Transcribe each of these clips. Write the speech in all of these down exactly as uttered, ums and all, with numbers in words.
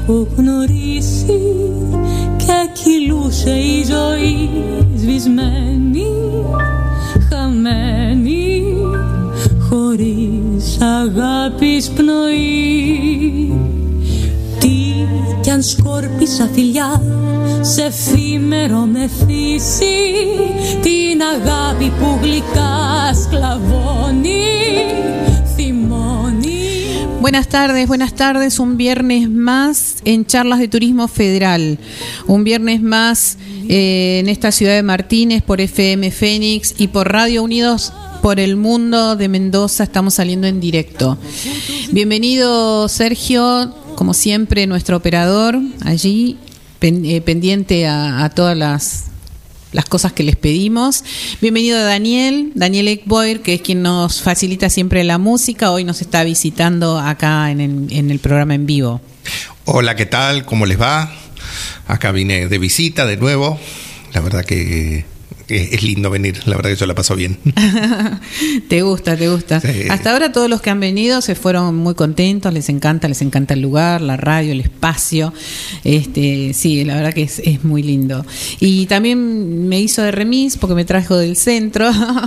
έχω γνωρίσει και κυλούσε η ζωή σβησμένη, χαμένη, χωρίς αγάπης πνοή. Τι κι αν σκόρπισα φιλιά σε εφήμερο μεθύσι, την αγάπη που γλυκά σκλαβώνει, θυμώνει. Buenas tardes, buenas tardes, un viernes más en Charlas de Turismo Federal, un viernes más eh, en esta ciudad de Martínez por F M Fénix y por Radio Unidos por el Mundo de Mendoza, estamos saliendo en directo. Bienvenido Sergio, como siempre nuestro operador allí, pen, eh, pendiente a, a todas las... las cosas que les pedimos. Bienvenido a Daniel, Daniel Ekboer, que es quien nos facilita siempre la música. Hoy nos está visitando acá en el, en el programa en vivo. Hola, ¿qué tal? ¿Cómo les va? Acá vine de visita de nuevo. La verdad que es lindo venir, la verdad que yo la paso bien. Te gusta, te gusta. Sí. Hasta ahora todos los que han venido se fueron muy contentos, les encanta, les encanta el lugar, la radio, el espacio. Este, sí, la verdad que es, es muy lindo. Y también me hizo de remis porque me trajo del centro.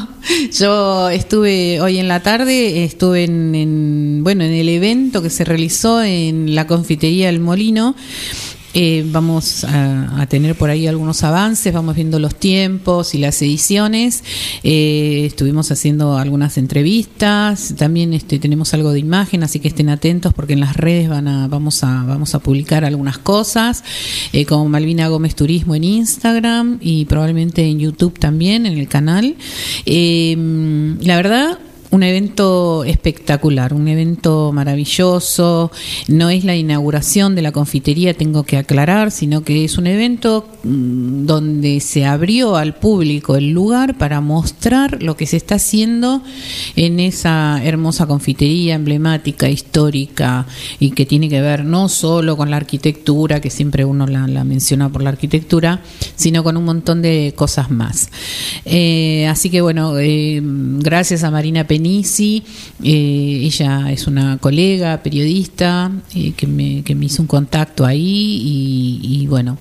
Yo estuve hoy en la tarde, estuve en, en bueno, en el evento que se realizó en la confitería El Molino. Eh, vamos a, a tener por ahí algunos avances, vamos viendo los tiempos y las ediciones. Eh, estuvimos haciendo algunas entrevistas, también este, tenemos algo de imagen, así que estén atentos porque en las redes van a, vamos a, vamos a publicar algunas cosas, eh, como Malvina Gómez Turismo en Instagram y probablemente en YouTube también, en el canal. Eh, la verdad, un evento espectacular, un evento maravilloso. No es la inauguración de la confitería, tengo que aclarar, sino que es un evento donde se abrió al público el lugar para mostrar lo que se está haciendo en esa hermosa confitería emblemática, histórica, y que tiene que ver no solo con la arquitectura, que siempre uno la, la menciona por la arquitectura, sino con un montón de cosas más. Eh, así que bueno, eh, gracias a Marina Penisi, eh, ella es una colega periodista eh, que, me, que me hizo un contacto ahí y, y bueno,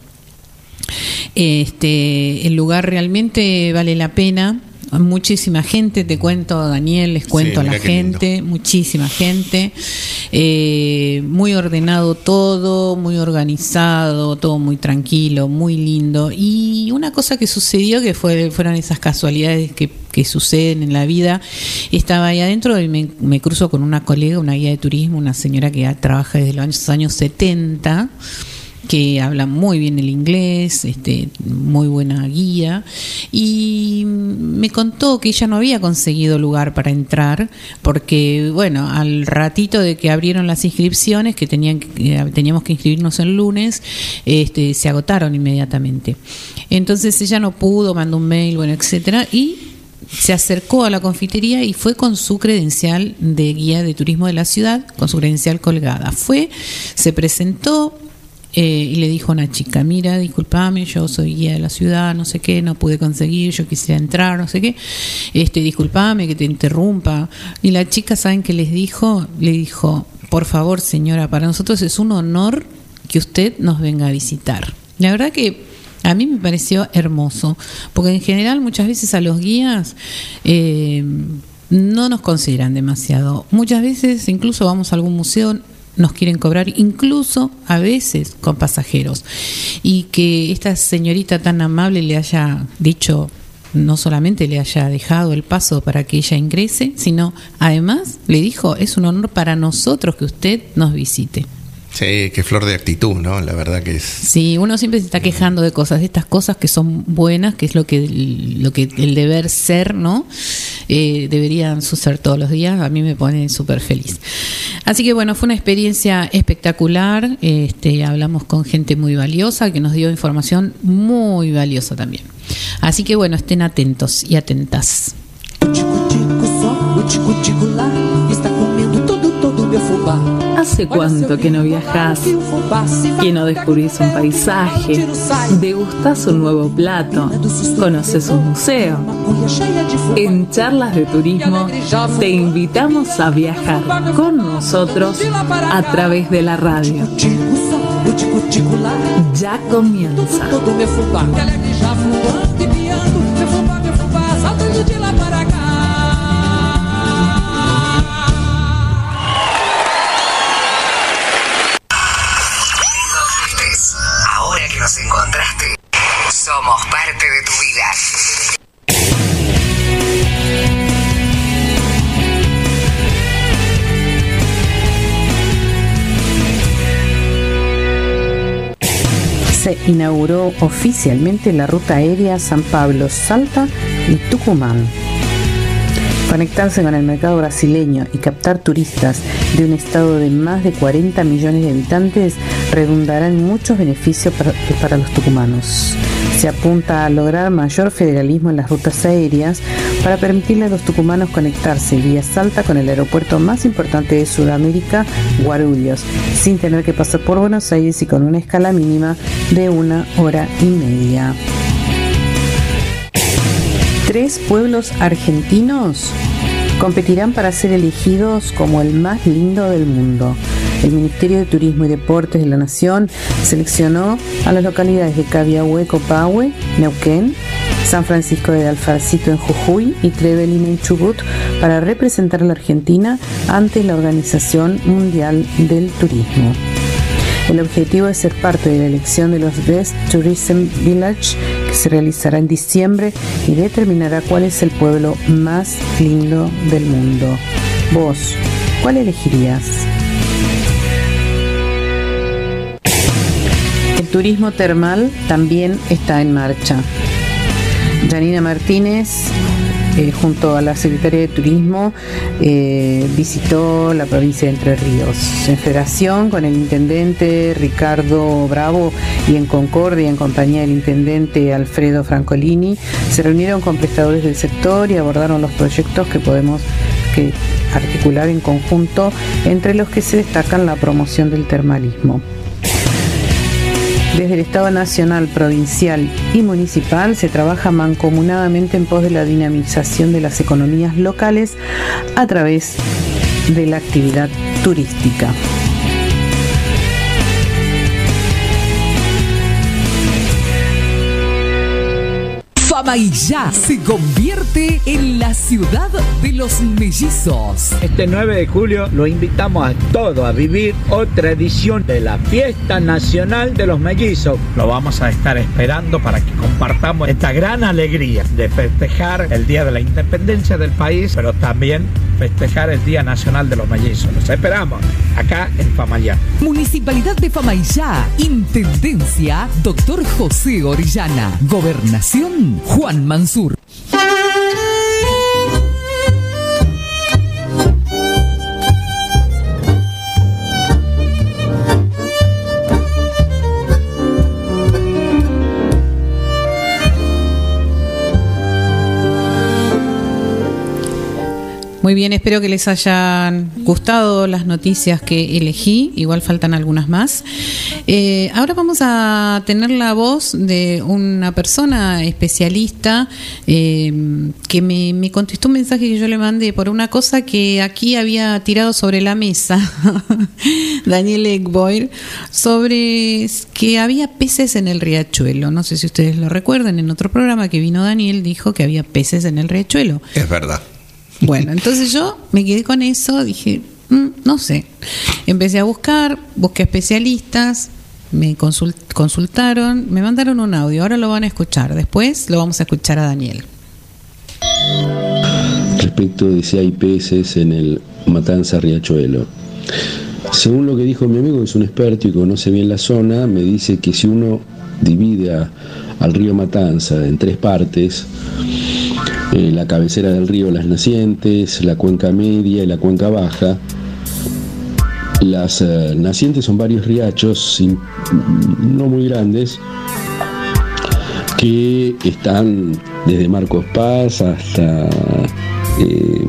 este, el lugar realmente vale la pena. Muchísima gente, te cuento, Daniel, les cuento sí, a la gente, lindo. Muchísima gente, eh, muy ordenado todo, muy organizado, todo muy tranquilo, muy lindo. Y una cosa que sucedió, que fue, fueron esas casualidades que, que suceden en la vida, estaba ahí adentro y me, me cruzo con una colega, una guía de turismo, una señora que ya trabaja desde los años, años setenta, que habla muy bien el inglés, este, muy buena guía, y me contó que ella no había conseguido lugar para entrar porque, bueno, al ratito de que abrieron las inscripciones, que tenían que, teníamos que inscribirnos el lunes, este, se agotaron inmediatamente. Entonces ella no pudo, mandó un mail, bueno, etcétera, y se acercó a la confitería y fue con su credencial de guía de turismo de la ciudad, con su credencial colgada. Fue, se presentó, Eh, y le dijo a una chica: mira, discúlpame, yo soy guía de la ciudad, no sé qué, no pude conseguir, yo quisiera entrar, no sé qué, este, discúlpame que te interrumpa. Y la chica, ¿saben qué les dijo? Le dijo: por favor, señora, para nosotros es un honor que usted nos venga a visitar. La verdad que a mí me pareció hermoso, porque en general muchas veces a los guías eh, no nos consideran demasiado. Muchas veces incluso vamos a algún museo, nos quieren cobrar, incluso a veces con pasajeros, y que esta señorita tan amable le haya dicho, no solamente le haya dejado el paso para que ella ingrese, sino además le dijo: es un honor para nosotros que usted nos visite. Sí, qué flor de actitud, ¿no? La verdad que es... Sí, uno siempre se está quejando de cosas, de estas cosas que son buenas, que es lo que lo que el deber ser, ¿no? Eh, deberían suceder todos los días. A mí me pone súper feliz. Así que bueno, fue una experiencia espectacular. Este, hablamos con gente muy valiosa que nos dio información muy valiosa también. Así que bueno, estén atentos y atentas. ¿Hace cuánto que no viajás? Que no descubrís un paisaje, degustás un nuevo plato, conoces un museo. En Charlas de Turismo te invitamos a viajar con nosotros a través de la radio. Ya comienza. Ahora que nos encontraste, somos parte de tu vida. Se inauguró oficialmente la ruta aérea San Pablo-Salta y Tucumán. Conectarse con el mercado brasileño y captar turistas de un estado de más de cuarenta millones de habitantes redundará en muchos beneficios para, para los tucumanos. Se apunta a lograr mayor federalismo en las rutas aéreas para permitirle a los tucumanos conectarse vía Salta con el aeropuerto más importante de Sudamérica, Guarulhos, sin tener que pasar por Buenos Aires y con una escala mínima de una hora y media. Tres pueblos argentinos competirán para ser elegidos como el más lindo del mundo. El Ministerio de Turismo y Deportes de la Nación seleccionó a las localidades de Cabiahue, Copahue, Neuquén, San Francisco de Alfarcito en Jujuy y Trevelin en Chubut para representar a la Argentina ante la Organización Mundial del Turismo. El objetivo es ser parte de la elección de los Best Tourism Village, que se realizará en diciembre y determinará cuál es el pueblo más lindo del mundo. Vos, ¿cuál elegirías? El turismo termal también está en marcha. Janina Martínez, eh, junto a la Secretaría de Turismo, eh, visitó la provincia de Entre Ríos. En federación con el intendente Ricardo Bravo y en concordia en compañía del intendente Alfredo Francolini, se reunieron con prestadores del sector y abordaron los proyectos que podemos que articular en conjunto, entre los que se destacan la promoción del termalismo. Desde el Estado Nacional, Provincial y Municipal se trabaja mancomunadamente en pos de la dinamización de las economías locales a través de la actividad turística. Famaillá se convierte en la ciudad de los mellizos. Este nueve de julio lo invitamos a todos a vivir otra edición de la Fiesta Nacional de los Mellizos. Lo vamos a estar esperando para que compartamos esta gran alegría de festejar el Día de la Independencia del país, pero también festejar el Día Nacional de los Mellizos. Los esperamos acá en Famaillá. Municipalidad de Famaillá, Intendencia Doctor José Orellana, Gobernación Juan Mansur. Muy bien, espero que les hayan gustado las noticias que elegí, igual faltan algunas más. Eh, ahora vamos a tener la voz de una persona especialista eh, que me, me contestó un mensaje que yo le mandé por una cosa que aquí había tirado sobre la mesa, Daniel Egboir, sobre que había peces en el riachuelo. No sé si ustedes lo recuerdan, en otro programa que vino Daniel dijo que había peces en el riachuelo. Es verdad. Bueno, entonces yo me quedé con eso, dije, mm, no sé. Empecé a buscar, busqué especialistas, me consult, consultaron, me mandaron un audio, ahora lo van a escuchar, después lo vamos a escuchar a Daniel. Respecto de si hay peces en el Matanza Riachuelo. Según lo que dijo mi amigo, que es un experto y conoce bien la zona, me dice que si uno divide a, al río Matanza en tres partes, Eh, la cabecera del río Las Nacientes, la cuenca media y la cuenca baja. Las eh, nacientes son varios riachos sin, no muy grandes que están desde Marcos Paz hasta eh,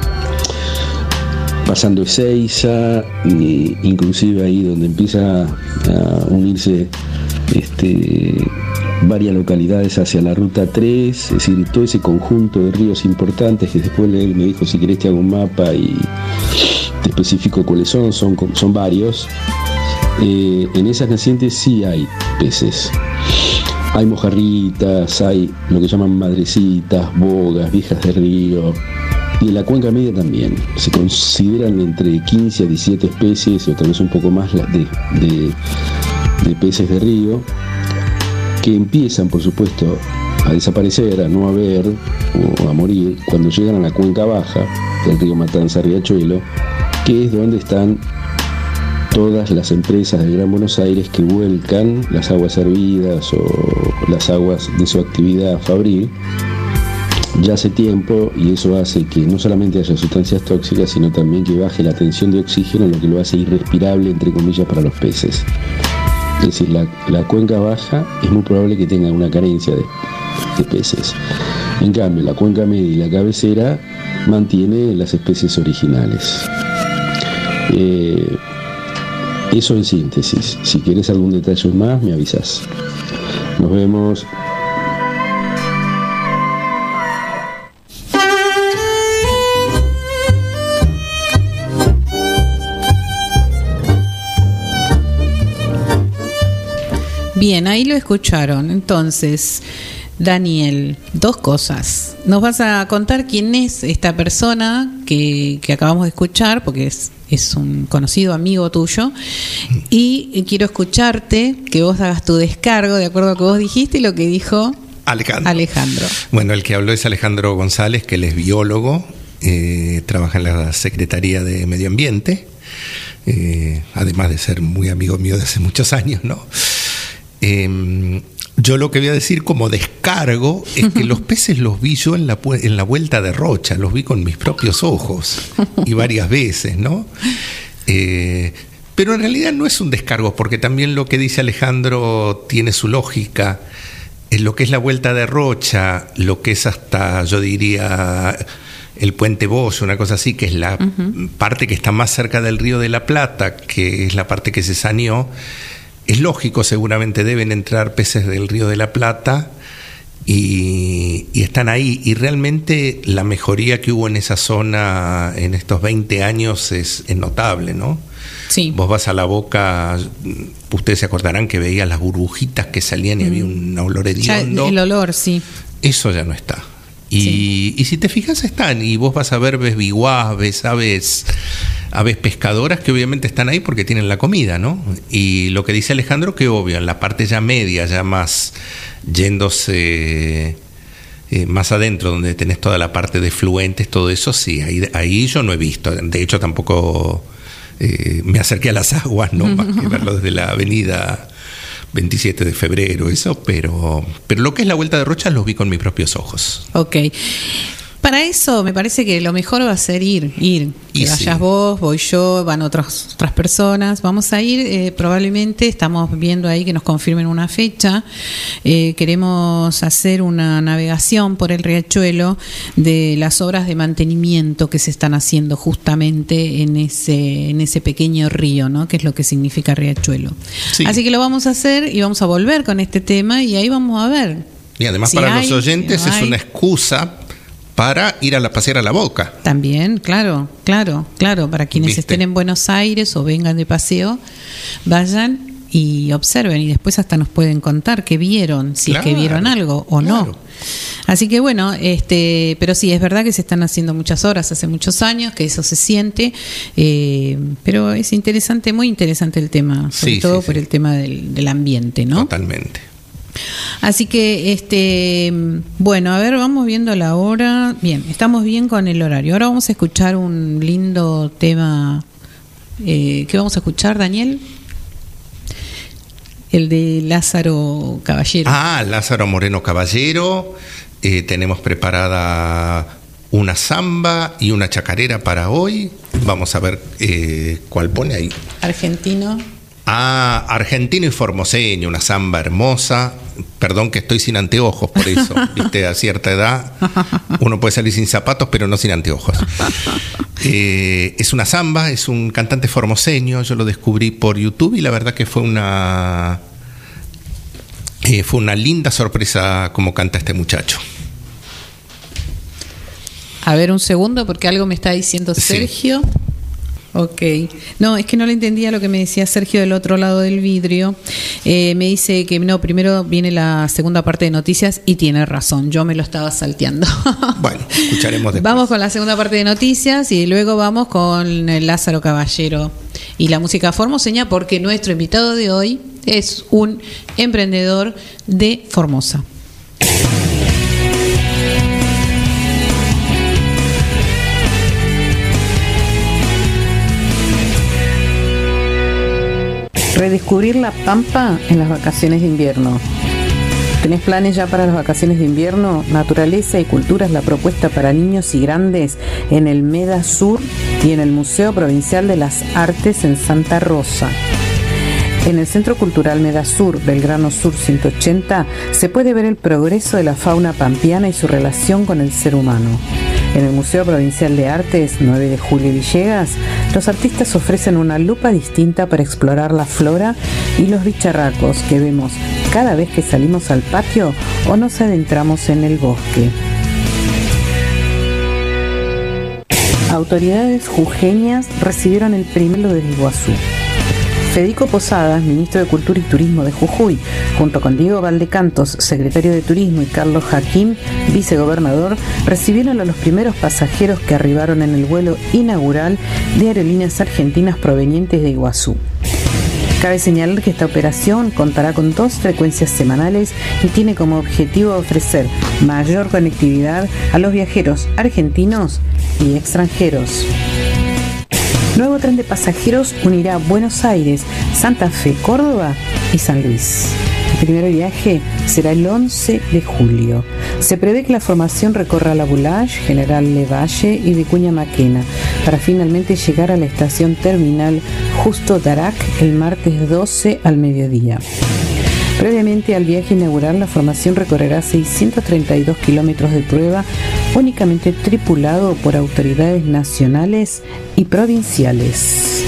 pasando Ezeiza, e inclusive ahí donde empieza a unirse este varias localidades hacia la ruta tres, es decir, todo ese conjunto de ríos importantes que después él me dijo, si querés te hago un mapa y te especifico cuáles son, son, son varios. eh, en esas nacientes sí hay peces. Hay mojarritas, hay lo que llaman madrecitas, bogas, viejas de río. Y en la cuenca media también. Se consideran entre quince a diecisiete especies, o tal vez un poco más, de, de, de peces de río, que empiezan, por supuesto, a desaparecer, a no haber o a morir cuando llegan a la cuenca baja del río Matanza-Riachuelo, que es donde están todas las empresas del Gran Buenos Aires que vuelcan las aguas hervidas o las aguas de su actividad fabril ya hace tiempo, y eso hace que no solamente haya sustancias tóxicas, sino también que baje la tensión de oxígeno, lo que lo hace irrespirable, entre comillas, para los peces. Es decir, la, la cuenca baja es muy probable que tenga una carencia de, de peces. En cambio, la cuenca media y la cabecera mantiene las especies originales. Eh, eso en síntesis. Si querés algún detalle más, me avisas. Nos vemos. Bien, ahí lo escucharon. Entonces, Daniel, dos cosas. Nos vas a contar quién es esta persona que, que acabamos de escuchar, porque es, es un conocido amigo tuyo. Y quiero escucharte, que vos hagas tu descargo de acuerdo a lo que vos dijiste y lo que dijo Alejandro. Alejandro. Bueno, el que habló es Alejandro González, que él es biólogo, eh, trabaja en la Secretaría de Medio Ambiente, eh, además de ser muy amigo mío de hace muchos años, ¿no? Eh, yo lo que voy a decir como descargo es que los peces los vi yo en la, en la vuelta de Rocha, los vi con mis propios ojos y varias veces, ¿no? Eh, pero en realidad no es un descargo, porque también lo que dice Alejandro tiene su lógica. En lo que es la vuelta de Rocha, lo que es hasta, yo diría, el Puente Bollo, una cosa así, que es la uh-huh. parte que está más cerca del Río de la Plata, que es la parte que se saneó. Es lógico, seguramente deben entrar peces del Río de la Plata y, y están ahí. Y realmente la mejoría que hubo en esa zona en estos veinte años es, es notable, ¿no? Sí. Vos vas a la boca, ustedes se acordarán que veías las burbujitas que salían y mm. había un olor hediondo. Ya, el olor, sí. Eso ya no está. Y, sí. y si te fijas están, y vos vas a ver, ves biguás, ves aves, aves pescadoras que obviamente están ahí porque tienen la comida, ¿no? Y lo que dice Alejandro, que obvio, en la parte ya media, ya más yéndose eh, más adentro, donde tenés toda la parte de fluentes, todo eso, sí, ahí, ahí yo no he visto. De hecho, tampoco eh, me acerqué a las aguas, ¿no? Más que verlo desde la avenida veintisiete de febrero, eso, pero, pero lo que es la vuelta de Rocha los vi con mis propios ojos. Ok. Para eso me parece que lo mejor va a ser ir, ir. Que y vayas sí. vos, voy yo, van otras otras personas. Vamos a ir, eh, probablemente estamos viendo ahí que nos confirmen una fecha. Eh, queremos hacer una navegación por el riachuelo de las obras de mantenimiento que se están haciendo justamente en ese en ese pequeño río, ¿no? Que es lo que significa riachuelo. Sí. Así que lo vamos a hacer y vamos a volver con este tema y ahí vamos a ver. Y además si para hay, los oyentes si no es hay. una excusa para ir a la pasear a la Boca. También, claro, claro, claro. Para quienes ¿Viste? estén en Buenos Aires o vengan de paseo, vayan y observen y después hasta nos pueden contar qué vieron, si claro, es que vieron algo o claro. no. Así que bueno, este, pero sí, es verdad que se están haciendo muchas obras hace muchos años, que eso se siente, eh, pero es interesante, muy interesante el tema, sobre sí, todo sí, por sí. el tema del, del ambiente, ¿no? Totalmente. Así que, este, bueno, a ver, vamos viendo la hora. Bien, estamos bien con el horario. Ahora vamos a escuchar un lindo tema. Eh, ¿Qué vamos a escuchar, Daniel? El de Lázaro Caballero. Ah, Lázaro Moreno Caballero. Eh, tenemos preparada una samba y una chacarera para hoy. Vamos a ver eh, cuál pone ahí. Argentino. Ah, argentino y formoseño, una samba hermosa. Perdón que estoy sin anteojos, por eso, viste, a cierta edad uno puede salir sin zapatos, pero no sin anteojos. Eh, es una samba, es un cantante formoseño, yo lo descubrí por YouTube y la verdad que fue una eh, fue una linda sorpresa como canta este muchacho. A ver un segundo, porque algo me está diciendo Sergio. Sí. Ok. No, es que no le entendía lo que me decía Sergio del otro lado del vidrio. Eh, me dice que no, primero viene la segunda parte de noticias y tiene razón. Yo me lo estaba salteando. Bueno, escucharemos después. Vamos con la segunda parte de noticias y luego vamos con el Lázaro Caballero y la música formoseña, porque nuestro invitado de hoy es un emprendedor de Formosa. Redescubrir la Pampa en las vacaciones de invierno. ¿Tenés planes ya para las vacaciones de invierno? Naturaleza y Cultura es la propuesta para niños y grandes en el MEDA Sur y en el Museo Provincial de las Artes en Santa Rosa. En el Centro Cultural MEDA Sur, Belgrano Sur ciento ochenta, se puede ver el progreso de la fauna pampeana y su relación con el ser humano. En el Museo Provincial de Artes, nueve de julio Villegas, los artistas ofrecen una lupa distinta para explorar la flora y los bicharracos que vemos cada vez que salimos al patio o nos adentramos en el bosque. Autoridades jujeñas recibieron el premio del Iguazú. Federico Posadas, ministro de Cultura y Turismo de Jujuy, junto con Diego Valdecantos, secretario de Turismo, y Carlos Jaquín, vicegobernador, recibieron a los primeros pasajeros que arribaron en el vuelo inaugural de Aerolíneas Argentinas provenientes de Iguazú. Cabe señalar que esta operación contará con dos frecuencias semanales y tiene como objetivo ofrecer mayor conectividad a los viajeros argentinos y extranjeros. Nuevo tren de pasajeros unirá Buenos Aires, Santa Fe, Córdoba y San Luis. El primer viaje será el once de julio. Se prevé que la formación recorra La Boulage, General Levalle y Vicuña Maquena, para finalmente llegar a la estación terminal Justo Darac el martes doce al mediodía. Previamente al viaje inaugural, la formación recorrerá seiscientos treinta y dos kilómetros de prueba, únicamente tripulado por autoridades nacionales y provinciales.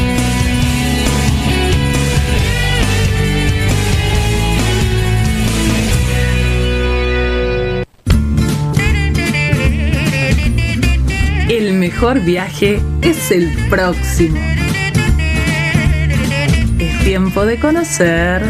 El mejor viaje es el próximo. Es tiempo de conocer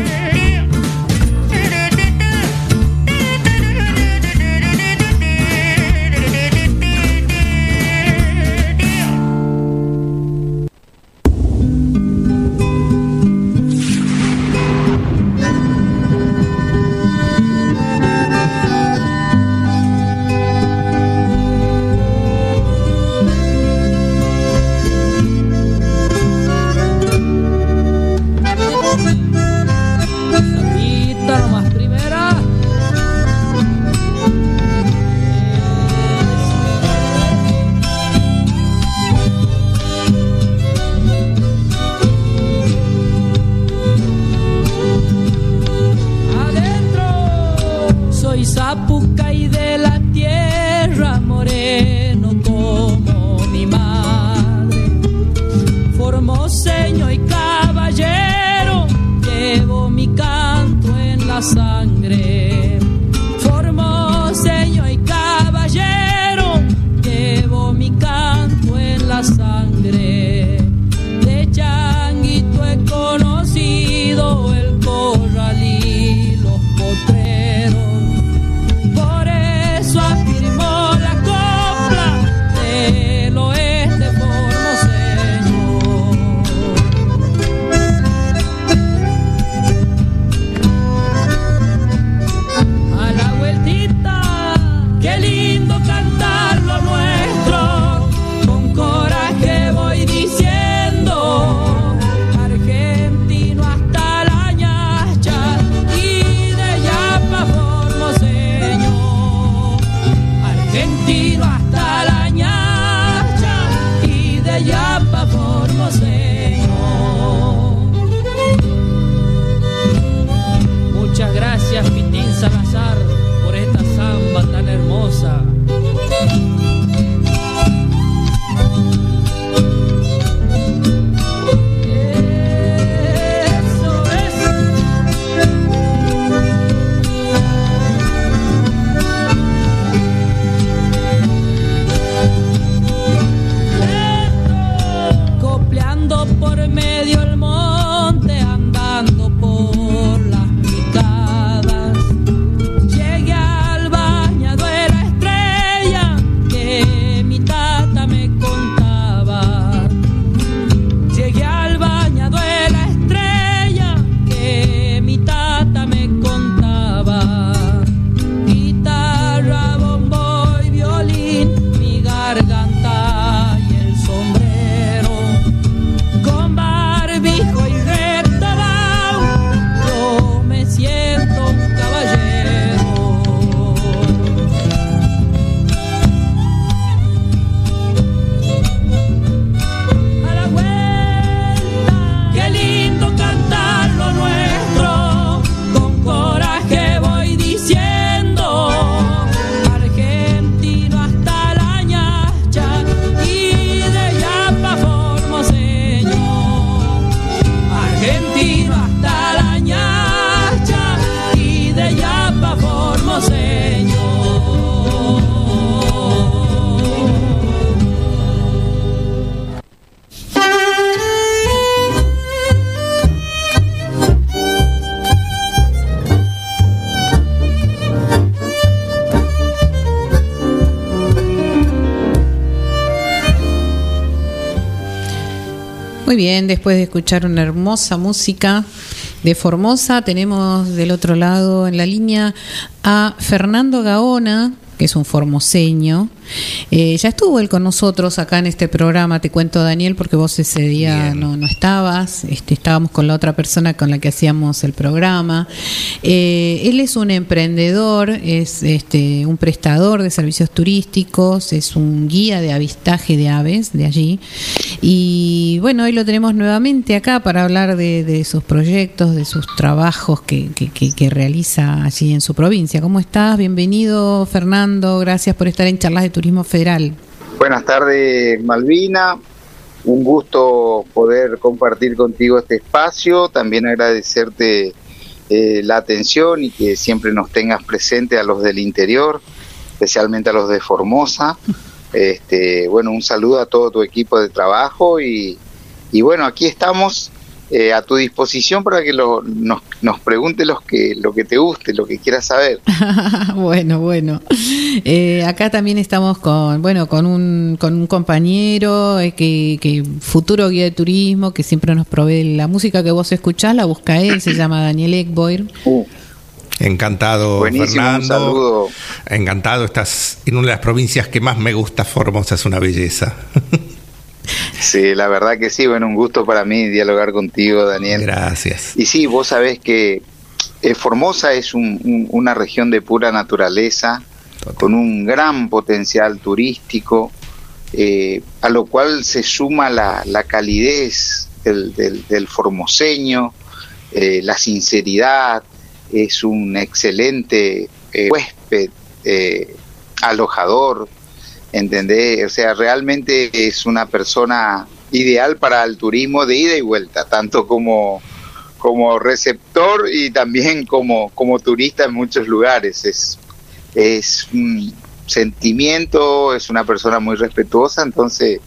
Muy bien, después de escuchar una hermosa música de Formosa, tenemos del otro lado en la línea a Fernando Gaona, que es un formoseño. Eh, ya estuvo él con nosotros acá en este programa, te cuento, Daniel, porque vos ese día no, no estabas, este, estábamos con la otra persona con la que hacíamos el programa. Eh, él es un emprendedor, es este, un prestador de servicios turísticos, es un guía de avistaje de aves de allí. Y bueno, hoy lo tenemos nuevamente acá para hablar de, de sus proyectos, de sus trabajos que, que, que, que realiza allí en su provincia. ¿Cómo estás? Bienvenido, Fernando. Gracias por estar en Charlas de Turismo Federal. Buenas tardes, Malvina. Un gusto poder compartir contigo este espacio. También agradecerte eh, la atención y que siempre nos tengas presente a los del interior, especialmente a los de Formosa. Este, bueno, un saludo a todo tu equipo de trabajo y, y bueno, aquí estamos eh, a tu disposición para que lo, nos, nos pregunte los que, lo que te guste, lo que quieras saber. Bueno, bueno. Eh, acá también estamos con, bueno, con un, con un compañero eh, que, que futuro guía de turismo, que siempre nos provee la música que vos escuchás, la busca él, se llama Daniel Ekboir. Uh. Encantado, buenísimo, Fernando. Un saludo. Encantado, estás en una de las provincias que más me gusta. Formosa es una belleza. Sí, la verdad que sí, bueno, un gusto para mí dialogar contigo, Daniel. Gracias. Y sí, vos sabés que eh, Formosa es un, un, una región de pura naturaleza, Total. con un gran potencial turístico, eh, a lo cual se suma la, la calidez del, del, del formoseño, eh, la sinceridad. Es un excelente eh, huésped, eh, alojador, ¿entendés? O sea, realmente es una persona ideal para el turismo de ida y vuelta, tanto como, como receptor y también como, como turista en muchos lugares. Es, es un sentimiento, es una persona muy respetuosa, entonces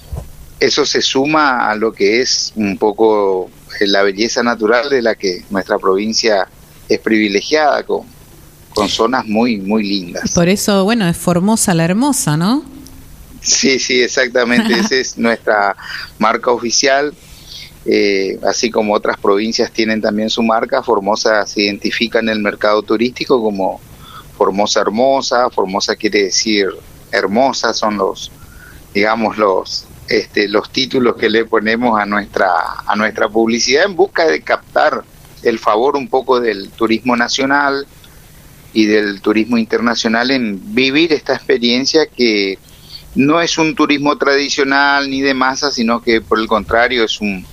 eso se suma a lo que es un poco la belleza natural de la que nuestra provincia es privilegiada, con, con zonas muy muy lindas. Por eso, bueno, es Formosa la hermosa, ¿no? Sí, sí, exactamente. Esa es nuestra marca oficial. Eh, así como otras provincias tienen también su marca, Formosa se identifica en el mercado turístico como Formosa hermosa. Formosa quiere decir hermosa, son los, digamos, los este, los títulos que le ponemos a nuestra a nuestra publicidad en busca de captar el favor un poco del turismo nacional y del turismo internacional en vivir esta experiencia que no es un turismo tradicional ni de masa, sino que por el contrario es un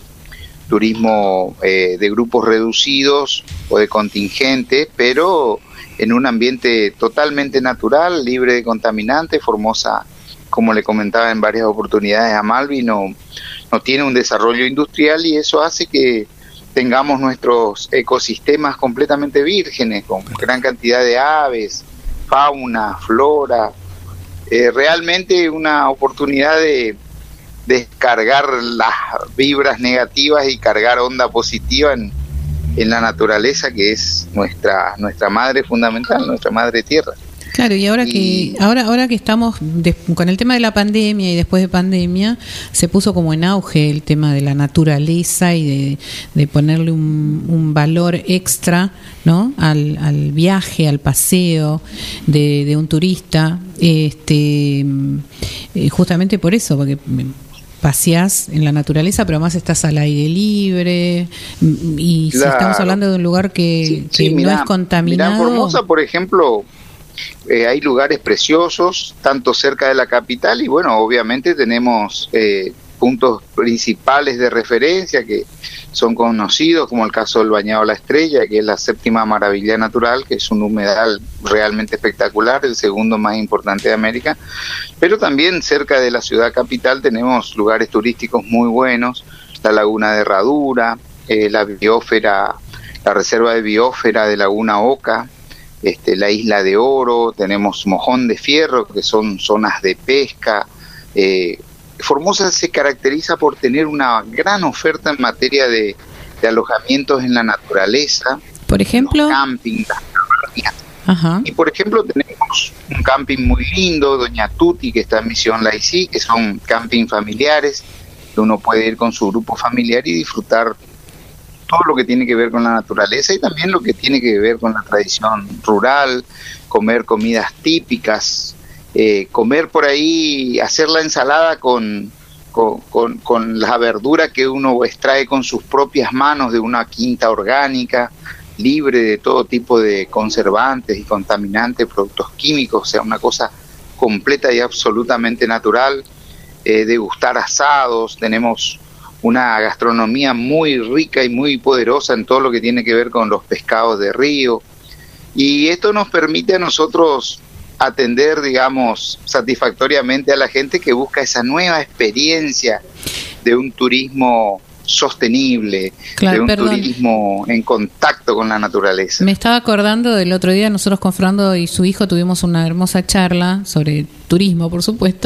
turismo eh, de grupos reducidos o de contingente, pero en un ambiente totalmente natural, libre de contaminantes. Formosa, como le comentaba en varias oportunidades a Malvi, no, no tiene un desarrollo industrial y eso hace que tengamos nuestros ecosistemas completamente vírgenes, con gran cantidad de aves, fauna, flora, eh, realmente una oportunidad de descargar las vibras negativas y cargar onda positiva en, en la naturaleza, que es nuestra nuestra madre fundamental, nuestra madre tierra. Claro, y ahora y... que ahora ahora que estamos de, con el tema de la pandemia y después de pandemia, se puso como en auge el tema de la naturaleza y de, de ponerle un, un valor extra, ¿no? al, al viaje, al paseo de, de un turista, este justamente por eso, porque paseás en la naturaleza, pero además estás al aire libre y claro. Si estamos hablando de un lugar que, sí, que sí, no mirá, es contaminado. Mirá, en Formosa, por ejemplo, eh, hay lugares preciosos, tanto cerca de la capital y bueno, obviamente tenemos eh, puntos principales de referencia que son conocidos, como el caso del Bañado La Estrella, que es la séptima maravilla natural, que es un humedal realmente espectacular, el segundo más importante de América, pero también cerca de la ciudad capital tenemos lugares turísticos muy buenos, la Laguna de Herradura, eh, la biosfera, la reserva de biosfera de Laguna Oca, este, la Isla de Oro, tenemos Mojón de Fierro, que son zonas de pesca. eh, Formosa se caracteriza por tener una gran oferta en materia de, de alojamientos en la naturaleza. Por ejemplo, camping, las cabañas. Ajá. Y por ejemplo tenemos un camping muy lindo, Doña Tuti, que está en Misión Laicí, que son camping familiares, que uno puede ir con su grupo familiar y disfrutar todo lo que tiene que ver con la naturaleza y también lo que tiene que ver con la tradición rural, comer comidas típicas, eh, comer por ahí, hacer la ensalada con, con, con, con la verdura que uno extrae con sus propias manos de una quinta orgánica, libre de todo tipo de conservantes y contaminantes, productos químicos, o sea, una cosa completa y absolutamente natural. Eh, degustar asados, tenemos una gastronomía muy rica y muy poderosa en todo lo que tiene que ver con los pescados de río, y esto nos permite a nosotros atender, digamos, satisfactoriamente a la gente que busca esa nueva experiencia de un turismo sostenible, claro, de un perdón. turismo en contacto con la naturaleza. Me estaba acordando del otro día, nosotros con Fernando y su hijo tuvimos una hermosa charla sobre turismo, por supuesto,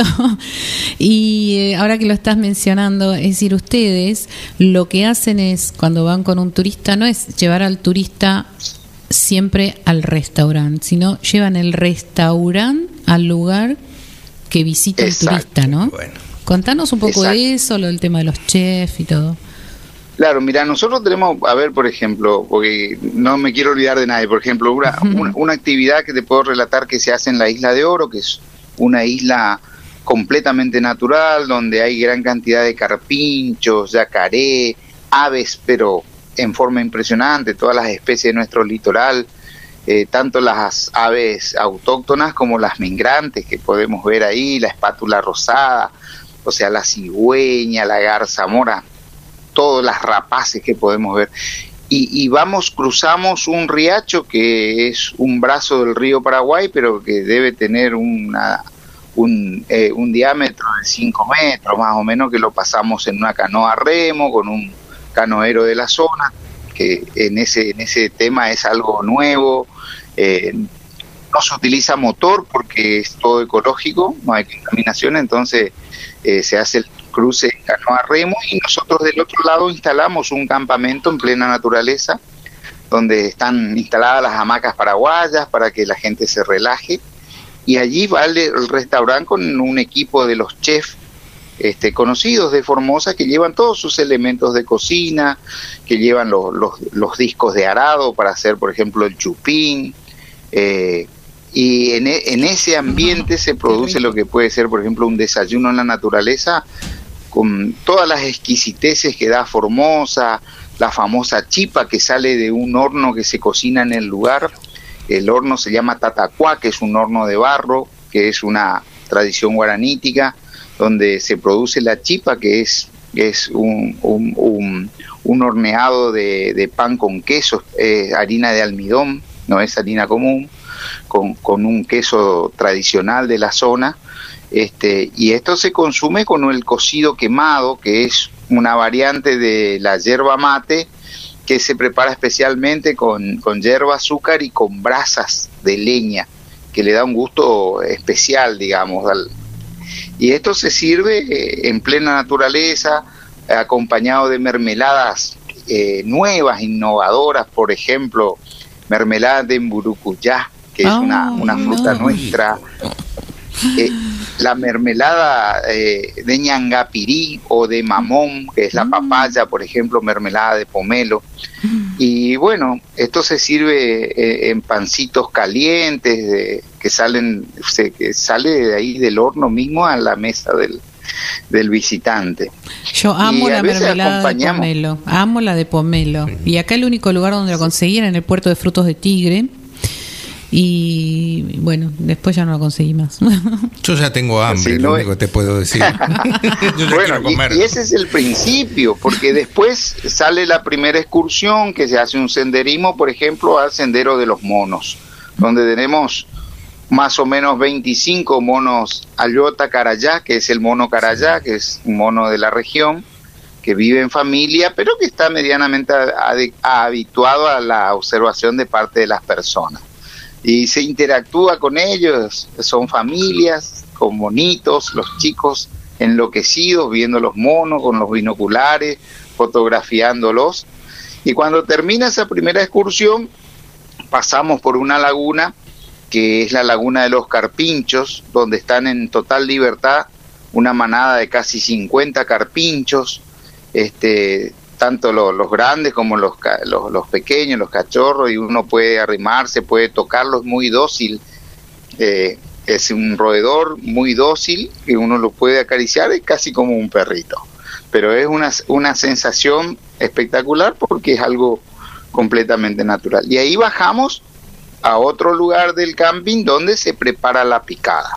y eh, ahora que lo estás mencionando, es decir, ustedes lo que hacen es, cuando van con un turista, no es llevar al turista siempre al restaurante, sino llevan el restaurante al lugar que visita Exacto. el turista, ¿no? Bueno. Contanos un poco Exacto. de eso, lo del tema de los chefs y todo. Claro, mira, nosotros tenemos, a ver, por ejemplo, porque no me quiero olvidar de nadie, por ejemplo, una, uh-huh. una, una actividad que te puedo relatar que se hace en la Isla de Oro, que es una isla completamente natural, donde hay gran cantidad de carpinchos, yacaré, aves, pero en forma impresionante, todas las especies de nuestro litoral, eh, tanto las aves autóctonas como las migrantes que podemos ver ahí, la espátula rosada, o sea, la cigüeña, la garza mora, todas las rapaces que podemos ver. Y, y vamos, cruzamos un riacho que es un brazo del río Paraguay, pero que debe tener una, un, eh, un diámetro de cinco metros, más o menos, que lo pasamos en una canoa a remo, con un canoero de la zona, que en ese, en ese tema es algo nuevo. Eh, no se utiliza motor porque es todo ecológico, no hay contaminación, entonces eh, se hace el cruce en canoa a remo, y nosotros del otro lado instalamos un campamento en plena naturaleza donde están instaladas las hamacas paraguayas para que la gente se relaje, y allí va el, el restaurante con un equipo de los chefs este, conocidos de Formosa, que llevan todos sus elementos de cocina, que llevan los, los, los discos de arado para hacer, por ejemplo, el chupín, eh, y en, en ese ambiente se produce lo que puede ser, por ejemplo, un desayuno en la naturaleza, con todas las exquisiteces que da Formosa, la famosa chipa que sale de un horno que se cocina en el lugar. El horno se llama tatacuá, que es un horno de barro, que es una tradición guaranítica, donde se produce la chipa, que es, es un, un, un, un horneado de, de pan con queso, eh, harina de almidón, no es harina común, con, con un queso tradicional de la zona. Este, y esto se consume con el cocido quemado, que es una variante de la yerba mate, que se prepara especialmente con, con yerba, azúcar y con brasas de leña, que le da un gusto especial, digamos. Al, y esto se sirve en plena naturaleza, acompañado de mermeladas eh, nuevas, innovadoras, por ejemplo, mermelada de mburucuyá, que es oh, una, una fruta no. nuestra. Eh, la mermelada eh, de ñangapirí o de mamón, que es la papaya, por ejemplo, mermelada de pomelo. Y bueno, esto se sirve eh, en pancitos calientes de, que salen, se, que sale de ahí del horno mismo a la mesa del, del visitante. Yo amo la mermelada de pomelo, amo la de pomelo. Y acá el único lugar donde lo conseguí era en el puerto de frutos de Tigre. Y bueno, después ya no lo conseguí más. Yo ya tengo hambre, sí, lo no único es... que te puedo decir. Yo ya bueno, comer. Y, y ese es el principio, porque después sale la primera excursión, que se hace un senderismo, por ejemplo, al Sendero de los Monos, donde tenemos más o menos veinticinco monos Ayota Carayá, que es el mono Carayá, que es un mono de la región, que vive en familia, pero que está medianamente ad- habituado a la observación de parte de las personas. Y se interactúa con ellos, son familias, con monitos, los chicos enloquecidos, viendo los monos con los binoculares, fotografiándolos. Y cuando termina esa primera excursión, pasamos por una laguna, que es la laguna de los Carpinchos, donde están en total libertad una manada de casi cincuenta carpinchos, este, tanto los, los grandes como los, los, los pequeños, los cachorros, y uno puede arrimarse, puede tocarlos, muy dócil. Eh, es un roedor muy dócil, que uno lo puede acariciar, es casi como un perrito. Pero es una, una sensación espectacular porque es algo completamente natural. Y ahí bajamos a otro lugar del camping donde se prepara la picada.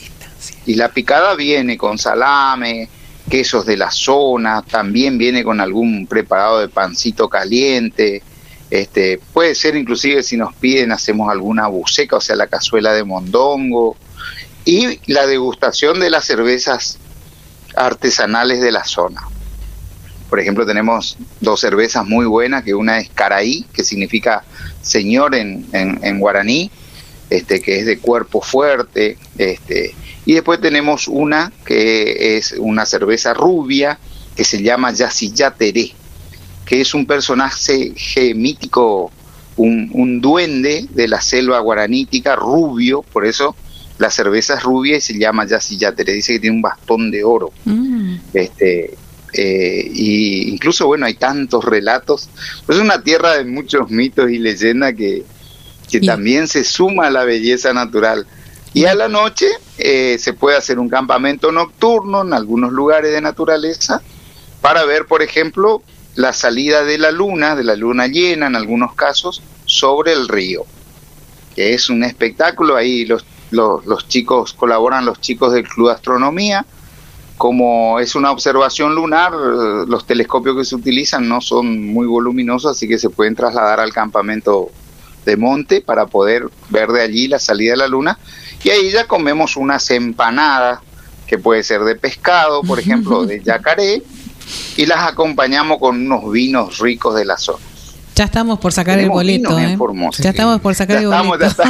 Y la picada viene con salame, quesos de la zona, también viene con algún preparado de pancito caliente, este, puede ser inclusive si nos piden hacemos alguna buceca, o sea la cazuela de mondongo, y la degustación de las cervezas artesanales de la zona. Por ejemplo, tenemos dos cervezas muy buenas, que una es Caraí, que significa señor en, en, en guaraní, este, que es de cuerpo fuerte, este, y después tenemos una que es una cerveza rubia, que se llama Yacilla Teré, que es un personaje mítico, un, un duende de la selva guaranítica, rubio, por eso la cerveza es rubia y se llama Yacilla Teré, dice que tiene un bastón de oro. Mm. Este... Eh, y incluso, bueno, hay tantos relatos, pues es una tierra de muchos mitos y leyendas que, que yeah. también se suma a la belleza natural. Y a la noche eh, se puede hacer un campamento nocturno en algunos lugares de naturaleza para ver, por ejemplo, la salida de la luna, de la luna llena en algunos casos, sobre el río, que es un espectáculo. Ahí los, los, los chicos, colaboran los chicos del Club de Astronomía. Como es una observación lunar, los telescopios que se utilizan no son muy voluminosos, así que se pueden trasladar al campamento de monte para poder ver de allí la salida de la luna. Y ahí ya comemos unas empanadas, que puede ser de pescado, por ejemplo, de yacaré, y las acompañamos con unos vinos ricos de la zona. Ya estamos por sacar Tenemos el boleto, ¿eh? Ya estamos por sacar ya el estamos, boleto.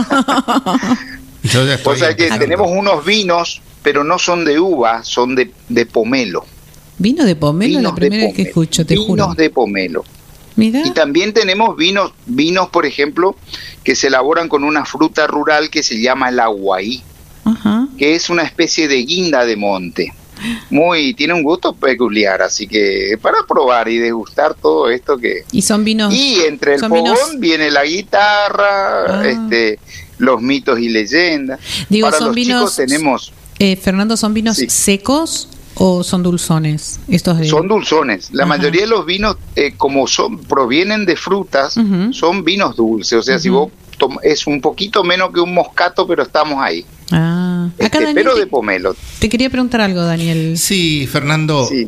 Ya está. O sea que tenemos unos vinos, pero no son de uva, son de, de pomelo. ¿Vino de pomelo? Vinos la primera vez que escucho, te vinos juro. Vinos de pomelo. Mira. Y también tenemos vinos, vinos, por ejemplo, que se elaboran con una fruta rural que se llama el aguaí, uh-huh. que es una especie de guinda de monte. Muy, tiene un gusto peculiar, así que para probar y degustar todo esto que... Y son vinos... Y entre el fogón vinos... viene la guitarra, ah. este, los mitos y leyendas. Digo, para son los vinos... chicos tenemos... Eh, Fernando, ¿son vinos sí. secos o son dulzones? Estos de... Son dulzones. La Ajá. mayoría de los vinos, eh, como son provienen de frutas, uh-huh. son vinos dulces. O sea, uh-huh. si vos tom- es un poquito menos que un moscato, pero estamos ahí. Ah. Este, Acá, Daniel, pero te, de pomelo. Te quería preguntar algo, Daniel. Sí, Fernando. Sí.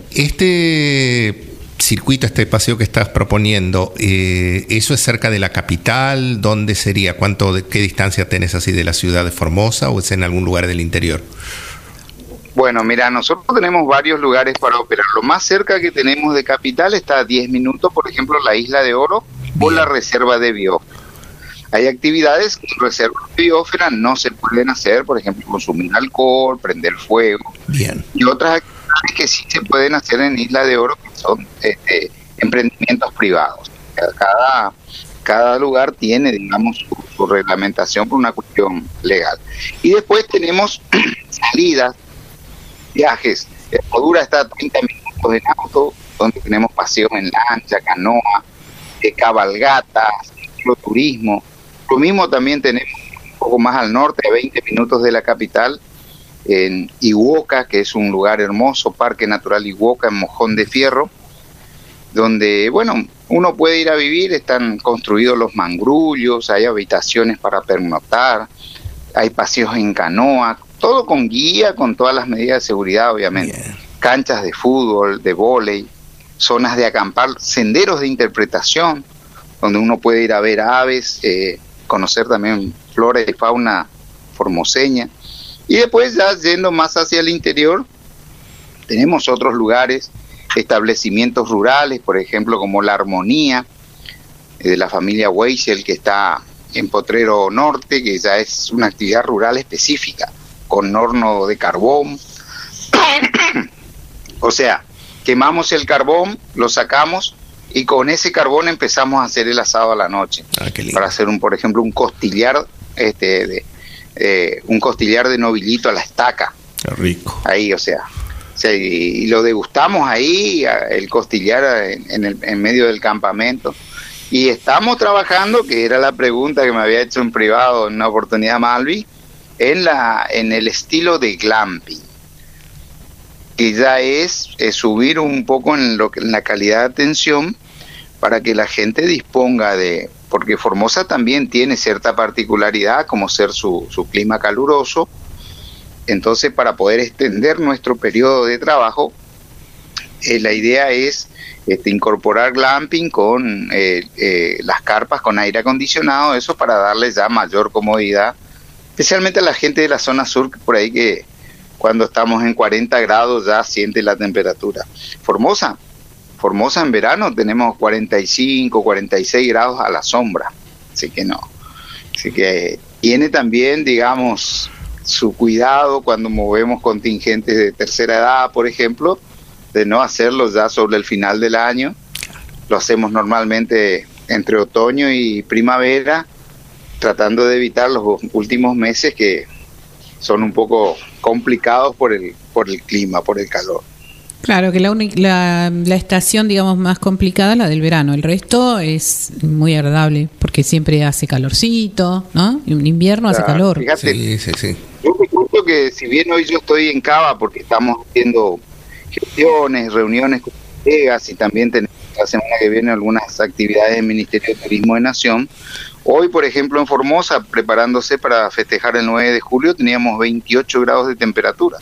Este circuito, este paseo que estás proponiendo, eh, ¿eso es cerca de la capital? ¿Dónde sería? ¿Cuánto, de qué distancia tenés así de la ciudad de Formosa o es en algún lugar del interior? Bueno, mira, nosotros tenemos varios lugares para operar. Lo más cerca que tenemos de capital está a diez minutos, por ejemplo, la Isla de Oro o la Reserva de Biosfera. Hay actividades que en Reserva de Biosfera no se pueden hacer, por ejemplo, consumir alcohol, prender fuego. Bien. Y otras actividades que sí se pueden hacer en Isla de Oro, que son este, emprendimientos privados. Cada, cada lugar tiene, digamos, su, su reglamentación por una cuestión legal. Y después tenemos salidas, viajes. Hermodura está a treinta minutos en auto, donde tenemos paseos en lancha, canoa, eh, cabalgatas, turismo. Lo mismo también tenemos un poco más al norte, a veinte minutos de la capital, en Iguoca, que es un lugar hermoso, Parque Natural Iguoca, en Mojón de Fierro, donde, bueno, uno puede ir a vivir. Están construidos los mangrullos, hay habitaciones para pernoctar, hay paseos en canoa, todo con guía, con todas las medidas de seguridad, obviamente. Bien. Canchas de fútbol, de vóley, zonas de acampar, senderos de interpretación, donde uno puede ir a ver aves, eh, conocer también flora y fauna formoseña. Y después, ya yendo más hacia el interior, tenemos otros lugares, establecimientos rurales, por ejemplo, como La Armonía, eh, de la familia Weissel, que está en Potrero Norte, que ya es una actividad rural específica, con horno de carbón. O sea, quemamos el carbón, lo sacamos, y con ese carbón empezamos a hacer el asado a la noche. Ah, para hacer, un, por ejemplo, un costillar, este, de, eh, un costillar de novillito a la estaca. Qué rico. Ahí, o sea, O sea, y, y lo degustamos ahí, el costillar en, en, el, en medio del campamento. Y estamos trabajando, que era la pregunta que me había hecho en privado en una oportunidad Malvi, en, la, en el estilo de glamping, que ya es, es subir un poco en, lo que, en la calidad de atención para que la gente disponga de... Porque Formosa también tiene cierta particularidad, como ser su, su clima caluroso. Entonces, para poder extender nuestro periodo de trabajo, eh, la idea es este, incorporar glamping con eh, eh, las carpas con aire acondicionado, eso para darle ya mayor comodidad, especialmente a la gente de la zona sur, por ahí que cuando estamos en cuarenta grados ya siente la temperatura. Formosa, Formosa en verano tenemos cuarenta y cinco, cuarenta y seis grados a la sombra, así que no. Así que tiene también, digamos, su cuidado cuando movemos contingentes de tercera edad, por ejemplo, de no hacerlo ya sobre el final del año. Lo hacemos normalmente entre otoño y primavera, tratando de evitar los últimos meses que son un poco complicados por el por el clima, por el calor. Claro, que la, única, la, la estación, digamos, más complicada es la del verano. El resto es muy agradable porque siempre hace calorcito, ¿no? En invierno claro, hace calor. Fíjate, sí, sí, sí. Yo te cuento que si bien hoy yo estoy en Cava porque estamos haciendo gestiones, reuniones con colegas y también tenemos la semana que viene algunas actividades del Ministerio de Turismo de Nación. Hoy, por ejemplo, en Formosa, preparándose para festejar el nueve de julio, teníamos veintiocho grados de temperatura.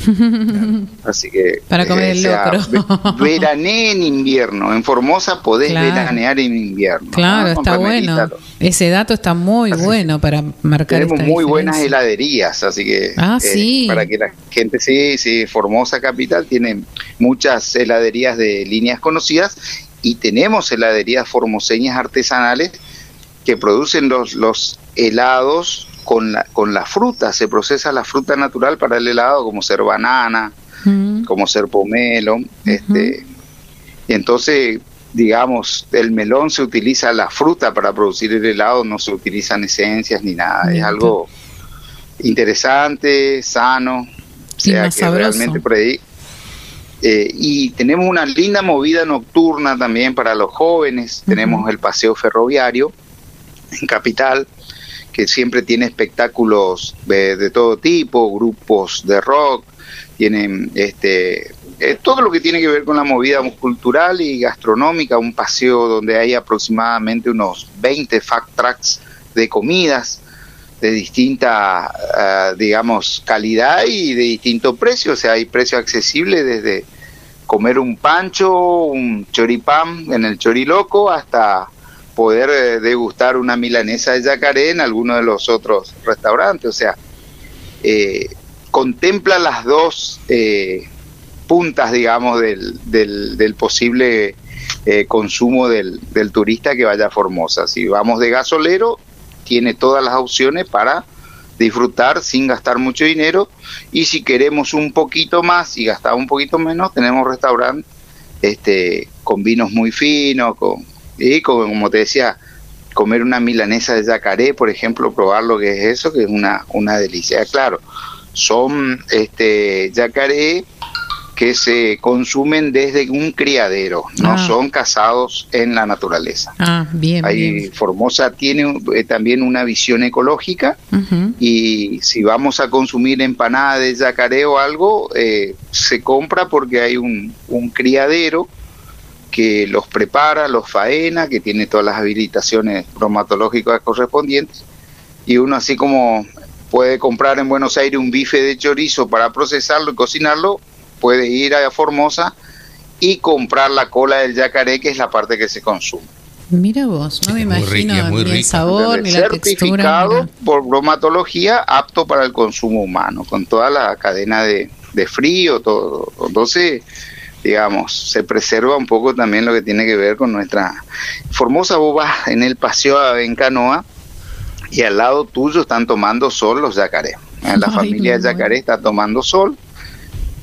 Así que... Para comer eh, el locro. Veraneé en invierno. En Formosa podés claro. veranear en invierno. Claro, ¿no? Está bueno. Ese dato está muy así bueno para marcar tenemos esta muy diferencia. Buenas heladerías, así que... Ah, eh, sí. Para que la gente... Sí, sí, Formosa Capital tiene muchas heladerías de líneas conocidas y tenemos heladerías formoseñas artesanales que producen los, los helados con la, con la fruta, se procesa la fruta natural para el helado, como ser banana, uh-huh. como ser pomelo, uh-huh. este, y entonces, digamos, el melón se utiliza la fruta para producir el helado, no se utilizan esencias ni nada, uh-huh. es algo interesante, sano, o sea, que sabroso. Realmente por ahí... Eh, y tenemos una linda movida nocturna también para los jóvenes, uh-huh. tenemos el paseo ferroviario, en Capital, que siempre tiene espectáculos de, de todo tipo, grupos de rock, tienen este eh, todo lo que tiene que ver con la movida cultural y gastronómica, un paseo donde hay aproximadamente unos veinte fact tracks de comidas de distinta, uh, digamos, calidad y de distinto precio, o sea, hay precio accesible desde comer un pancho, un choripán en el Choriloco, hasta poder eh, degustar una milanesa de yacaré en alguno de los otros restaurantes, o sea, eh, contempla las dos eh, puntas, digamos, del, del, del posible eh, consumo del, del turista que vaya a Formosa. Si vamos de gasolero, tiene todas las opciones para disfrutar sin gastar mucho dinero, y si queremos un poquito más y gastar un poquito menos, tenemos restaurantes este, con vinos muy finos, con y como te decía, comer una milanesa de yacaré, por ejemplo, probar lo que es eso, que es una, una delicia. Claro, son este yacaré que se consumen desde un criadero, no ah. son cazados en la naturaleza. Ah, bien, Ahí bien. Formosa tiene eh, también una visión ecológica, uh-huh. y si vamos a consumir empanada de yacaré o algo, eh, se compra porque hay un, un criadero que los prepara, los faena, que tiene todas las habilitaciones bromatológicas correspondientes, y uno, así como puede comprar en Buenos Aires un bife de chorizo para procesarlo y cocinarlo, puede ir a Formosa y comprar la cola del yacaré, que es la parte que se consume. Mira vos, no me es imagino rica, ni el sabor ni la textura. Certificado por bromatología, apto para el consumo humano, con toda la cadena de, de frío, todo. Entonces, digamos, se preserva un poco también lo que tiene que ver con nuestra... Formosa, vos vas en el paseo en canoa y al lado tuyo están tomando sol los yacarés. La Ay, familia de yacaré está tomando sol,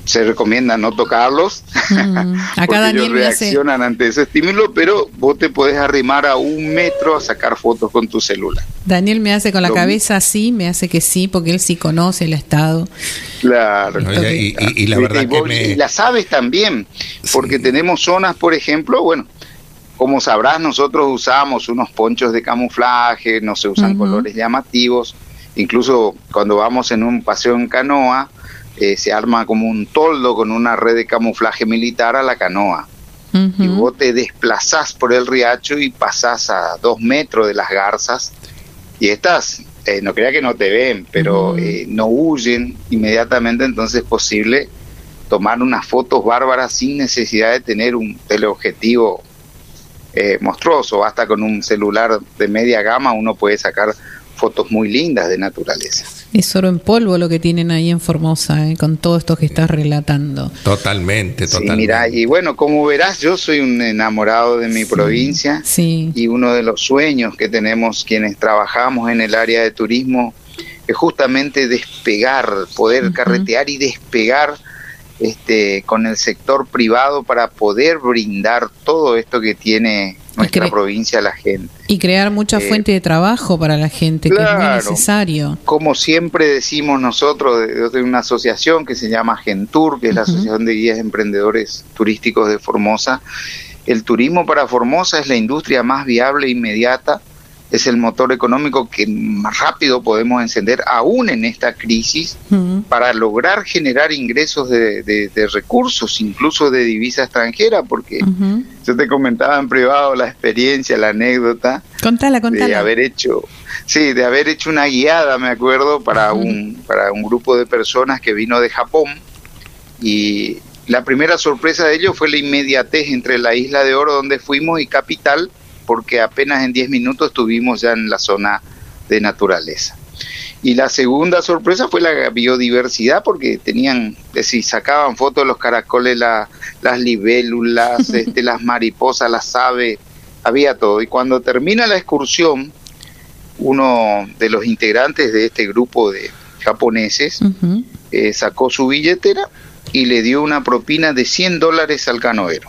se recomienda no tocarlos, mm. Acá porque Daniel ellos reaccionan hace... ante ese estímulo, pero vos te podés arrimar a un metro a sacar fotos con tu celular. Daniel me hace con la Lo cabeza así, me hace que sí, porque él sí conoce el estado. Claro. No, y, y, y la verdad y, vos, que me... y las aves también, porque sí. Tenemos zonas, por ejemplo, bueno, como sabrás, nosotros usamos unos ponchos de camuflaje, no se usan uh-huh. colores llamativos, incluso cuando vamos en un paseo en canoa, Eh, se arma como un toldo con una red de camuflaje militar a la canoa. Uh-huh. Y vos te desplazás por el riacho y pasás a dos metros de las garzas. Y estas, eh, no crea que no te ven, pero uh-huh. eh, no huyen inmediatamente, entonces es posible tomar unas fotos bárbaras sin necesidad de tener un teleobjetivo eh, monstruoso. Hasta con un celular de media gama uno puede sacar fotos muy lindas de naturaleza. Es oro en polvo lo que tienen ahí en Formosa, ¿eh? Con todo esto que estás relatando. Totalmente, totalmente. Sí, mira, y bueno, como verás, yo soy un enamorado de mi sí, provincia sí. Y uno de los sueños que tenemos quienes trabajamos en el área de turismo es justamente despegar, poder uh-huh. carretear y despegar este, con el sector privado para poder brindar todo esto que tiene nuestra cre- provincia a la gente. Y crear mucha eh, fuente de trabajo para la gente, claro, que es muy necesario. Como siempre decimos nosotros, de, de una asociación que se llama Gentur, que es la uh-huh. Asociación de Guías Emprendedores Turísticos de Formosa, el turismo para Formosa es la industria más viable e inmediata, es el motor económico que más rápido podemos encender aún en esta crisis uh-huh. para lograr generar ingresos de, de, de recursos, incluso de divisa extranjera, porque uh-huh. yo te comentaba en privado la experiencia, la anécdota contala, contala. de haber hecho, sí, de haber hecho una guiada, me acuerdo, para uh-huh. un para un grupo de personas que vino de Japón, y la primera sorpresa de ellos fue la inmediatez entre la Isla de Oro donde fuimos y Capital, porque apenas en diez minutos estuvimos ya en la zona de naturaleza. Y la segunda sorpresa fue la biodiversidad, porque tenían, es decir, sacaban fotos de los caracoles, la, las libélulas, este, las mariposas, las aves, había todo. Y cuando termina la excursión, uno de los integrantes de este grupo de japoneses uh-huh. eh, sacó su billetera y le dio una propina de cien dólares al canoero.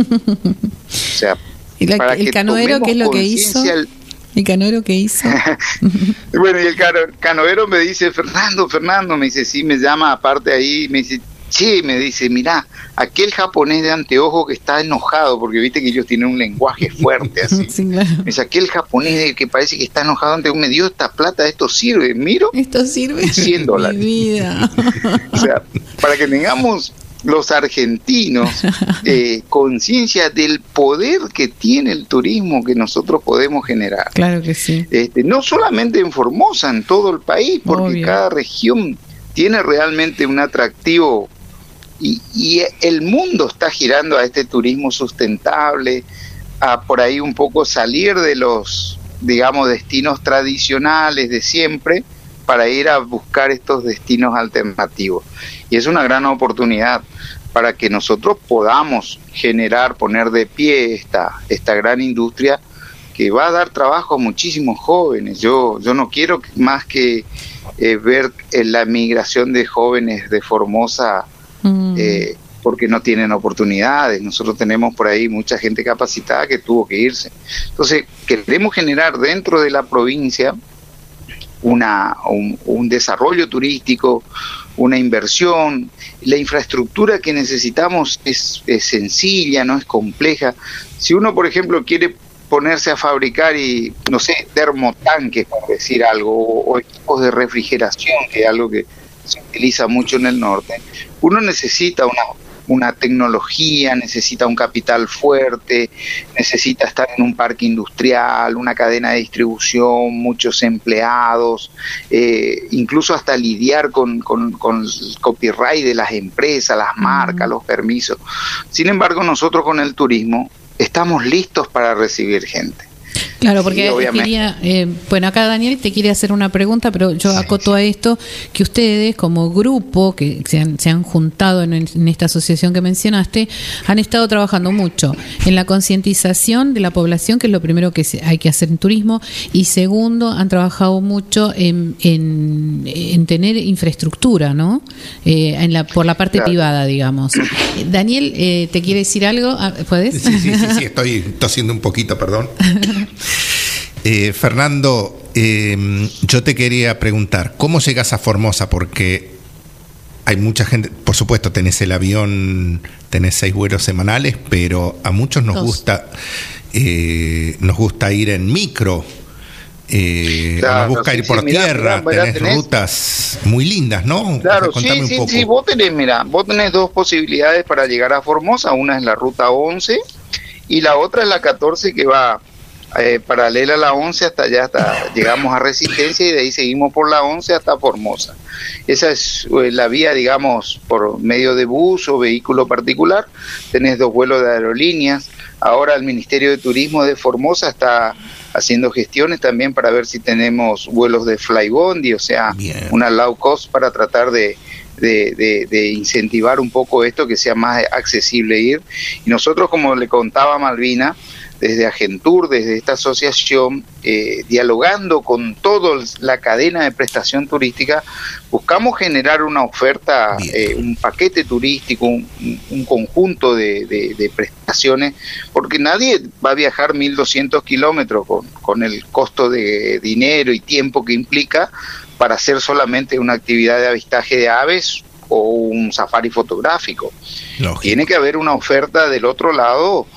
O sea, ¿Y la, el canoero qué es lo que hizo? El, ¿El canoero qué hizo? Bueno, y el cano, canoero me dice, Fernando, Fernando, me dice, sí, me llama aparte ahí, me dice, che, me dice, mirá, aquel japonés de anteojo que está enojado, porque viste que ellos tienen un lenguaje fuerte así. Sí, claro. Me dice, aquel japonés que parece que está enojado, me dio esta plata, esto sirve, miro. Esto sirve. cien dólares. Mi vida. O sea, para que tengamos los argentinos eh, conciencia del poder que tiene el turismo que nosotros podemos generar. Claro que sí. Este, no solamente en Formosa, en todo el país, porque Obvio. Cada región tiene realmente un atractivo y, y el mundo está girando a este turismo sustentable, a por ahí un poco salir de los, digamos, destinos tradicionales de siempre para ir a buscar estos destinos alternativos. Y es una gran oportunidad para que nosotros podamos generar, poner de pie esta, esta gran industria que va a dar trabajo a muchísimos jóvenes. Yo, yo no quiero más que eh, ver eh, la migración de jóvenes de Formosa mm. eh, porque no tienen oportunidades. Nosotros tenemos por ahí mucha gente capacitada que tuvo que irse. Entonces, queremos generar dentro de la provincia Una, un, un desarrollo turístico, una inversión. La infraestructura que necesitamos es, es sencilla, no es compleja. Si uno, por ejemplo, quiere ponerse a fabricar y, no sé, termotanques, por decir algo, o, o equipos de refrigeración, que es algo que se utiliza mucho en el norte, uno necesita una una tecnología, necesita un capital fuerte, necesita estar en un parque industrial, una cadena de distribución, muchos empleados, eh, incluso hasta lidiar con, con, con el copyright de las empresas, las marcas, los permisos. Sin embargo, nosotros con el turismo estamos listos para recibir gente. Claro, porque quería, eh, bueno, acá Daniel te quiere hacer una pregunta, pero yo sí, acoto sí. a esto que ustedes como grupo que se han, se han juntado en, el, en esta asociación que mencionaste, han estado trabajando mucho en la concientización de la población, que es lo primero que se, hay que hacer en turismo, y segundo, han trabajado mucho en, en, en tener infraestructura, ¿no? Eh, en la, por la parte claro. privada, digamos. Daniel, eh, ¿te quiere decir algo? ¿Puedes? Sí, sí, sí, sí, estoy tosiendo un poquito, perdón. Eh, Fernando, eh, yo te quería preguntar, ¿cómo llegas a Formosa? Porque hay mucha gente, por supuesto tenés el avión, tenés seis vuelos semanales, pero a muchos nos Dos. gusta eh, nos gusta ir en micro, eh, claro, nos gusta sí, ir por sí, tierra, mirá, tenés, tenés rutas muy lindas, ¿no? Claro, o sea, sí, sí, sí, vos tenés, mira, vos tenés dos posibilidades para llegar a Formosa, una es la ruta once y la otra es la catorce que va Eh, paralela a la once hasta allá, hasta llegamos a Resistencia y de ahí seguimos por la once hasta Formosa. Esa es eh, la vía, digamos, por medio de bus o vehículo particular. Tenés dos vuelos de aerolíneas. Ahora el Ministerio de Turismo de Formosa está haciendo gestiones también para ver si tenemos vuelos de Flybondi, o sea, Bien. una low cost para tratar de De, de, de incentivar un poco esto, que sea más accesible ir. Y nosotros, como le contaba Malvina, desde Agentur, desde esta asociación, eh, dialogando con toda la cadena de prestación turística, buscamos generar una oferta, eh, un paquete turístico, un, un conjunto de, de, de prestaciones, porque nadie va a viajar mil doscientos kilómetros con, con el costo de dinero y tiempo que implica para hacer solamente una actividad de avistaje de aves o un safari fotográfico. Lógico. Tiene que haber una oferta del otro lado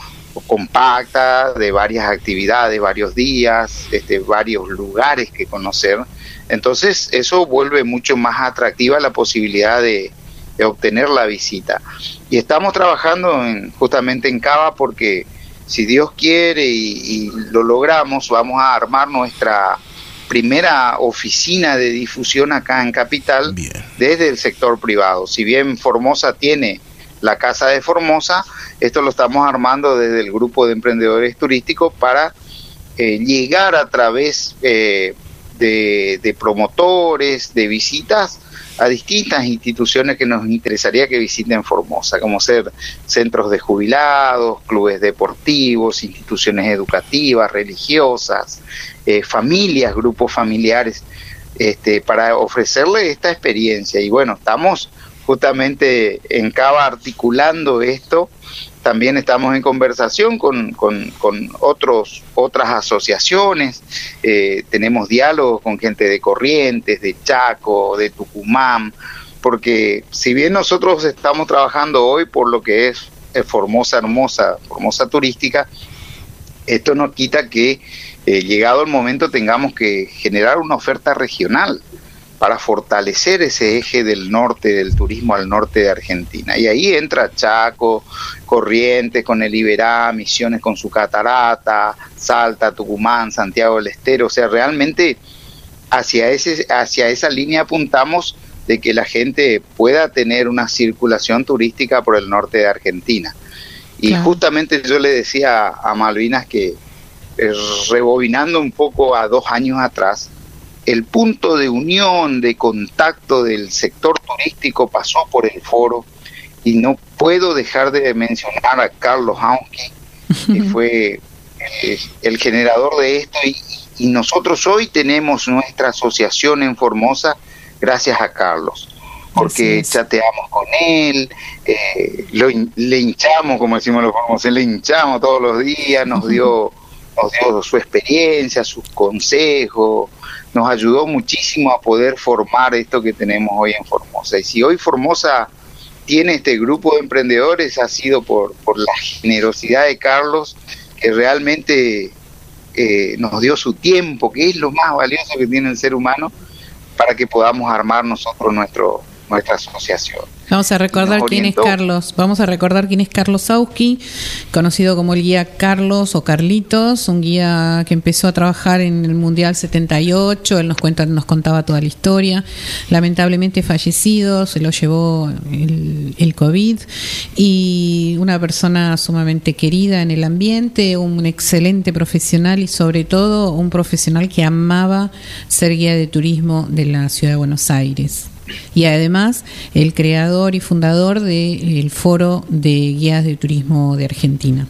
compacta, de varias actividades, varios días, este, varios lugares que conocer. Entonces eso vuelve mucho más atractiva la posibilidad de, de obtener la visita. Y estamos trabajando en, justamente en Cava, porque si Dios quiere y, y lo logramos, vamos a armar nuestra primera oficina de difusión acá en Capital. Bien. Desde el sector privado. Si bien Formosa tiene la Casa de Formosa, esto lo estamos armando desde el grupo de emprendedores turísticos para eh, llegar a través eh, de, de promotores, de visitas a distintas instituciones que nos interesaría que visiten Formosa, como ser centros de jubilados, clubes deportivos, instituciones educativas, religiosas, eh, familias, grupos familiares, este, para ofrecerle esta experiencia. Y bueno, estamos justamente en Cava articulando esto. También estamos en conversación con, con, con otros otras asociaciones, eh, tenemos diálogos con gente de Corrientes, de Chaco, de Tucumán, porque si bien nosotros estamos trabajando hoy por lo que es Formosa Hermosa, Formosa Turística, esto no quita que eh, llegado el momento tengamos que generar una oferta regional para fortalecer ese eje del norte, del turismo al norte de Argentina. Y ahí entra Chaco, Corrientes con el Iberá, Misiones con su catarata, Salta, Tucumán, Santiago del Estero. O sea, realmente hacia, ese, hacia esa línea apuntamos de que la gente pueda tener una circulación turística por el norte de Argentina. Y claro. Justamente yo le decía a Malvinas que, eh, rebobinando un poco a dos años atrás, el punto de unión, de contacto del sector turístico pasó por el foro, y no puedo dejar de mencionar a Carlos Haunsky, que fue el, el generador de esto, y, y nosotros hoy tenemos nuestra asociación en Formosa gracias a Carlos, porque chateamos con él, eh, lo, le hinchamos, como decimos los formoseños, le hinchamos todos los días, nos dio, nos dio su experiencia, sus consejos, nos ayudó muchísimo a poder formar esto que tenemos hoy en Formosa. Y si hoy Formosa tiene este grupo de emprendedores, ha sido por, por la generosidad de Carlos, que realmente eh, nos dio su tiempo, que es lo más valioso que tiene el ser humano, para que podamos armar nosotros nuestro nuestra asociación. Vamos a recordar quién es Carlos. Vamos a recordar quién es Carlos Sauski, conocido como el guía Carlos o Carlitos, un guía que empezó a trabajar en el Mundial setenta y ocho. Él nos cuenta, nos contaba toda la historia. Lamentablemente fallecido, se lo llevó el, el COVID, y una persona sumamente querida en el ambiente, un excelente profesional y sobre todo un profesional que amaba ser guía de turismo de la ciudad de Buenos Aires. Y además el creador y fundador del Foro de Guías de Turismo de Argentina.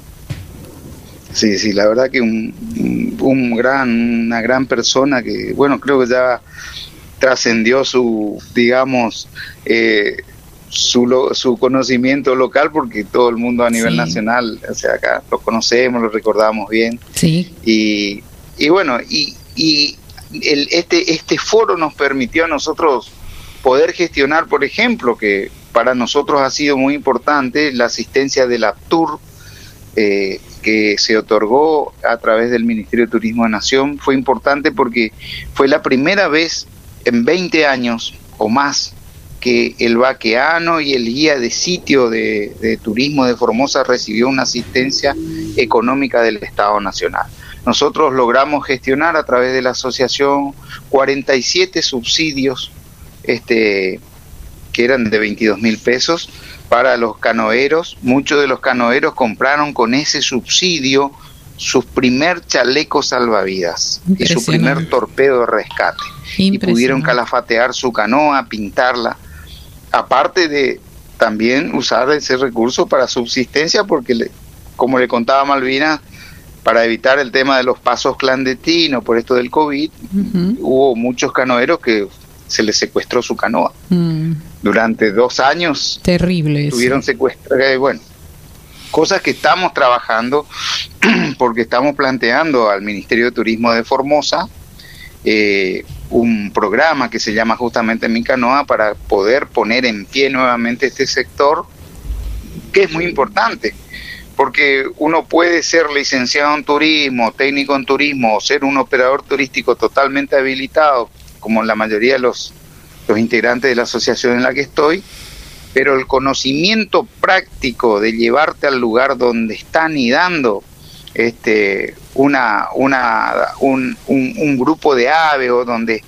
Sí, sí, la verdad que un, un gran, una gran persona que, bueno, creo que ya trascendió su, digamos, eh, su, lo, su conocimiento local, porque todo el mundo a nivel sí. nacional, o sea, acá lo conocemos, lo recordamos bien. Sí. Y, y bueno, y, y el, este, este foro nos permitió a nosotros poder gestionar, por ejemplo, que para nosotros ha sido muy importante la asistencia del APTUR, eh, que se otorgó a través del Ministerio de Turismo de Nación. Fue importante porque fue la primera vez en veinte años o más que el vaqueano y el guía de sitio de, de turismo de Formosa recibió una asistencia económica del Estado Nacional. Nosotros logramos gestionar a través de la asociación cuarenta y siete subsidios este que eran de veintidós mil pesos para los canoeros. Muchos de los canoeros compraron con ese subsidio su primer chaleco salvavidas y su primer torpedo de rescate, y pudieron calafatear su canoa, pintarla, aparte de también usar ese recurso para subsistencia, porque le, como le contaba Malvina, para evitar el tema de los pasos clandestinos por esto del COVID, uh-huh. hubo muchos canoeros que se les secuestró su canoa. Mm. Durante dos años. Terrible. Tuvieron secuestro. Eh, bueno, cosas que estamos trabajando porque estamos planteando al Ministerio de Turismo de Formosa eh, un programa que se llama justamente Mi Canoa para poder poner en pie nuevamente este sector, que es muy importante. Porque uno puede ser licenciado en turismo, técnico en turismo, o ser un operador turístico totalmente habilitado, como la mayoría de los, los integrantes de la asociación en la que estoy, pero el conocimiento práctico de llevarte al lugar donde está anidando este, una, una, un, un, un grupo de aves, o donde,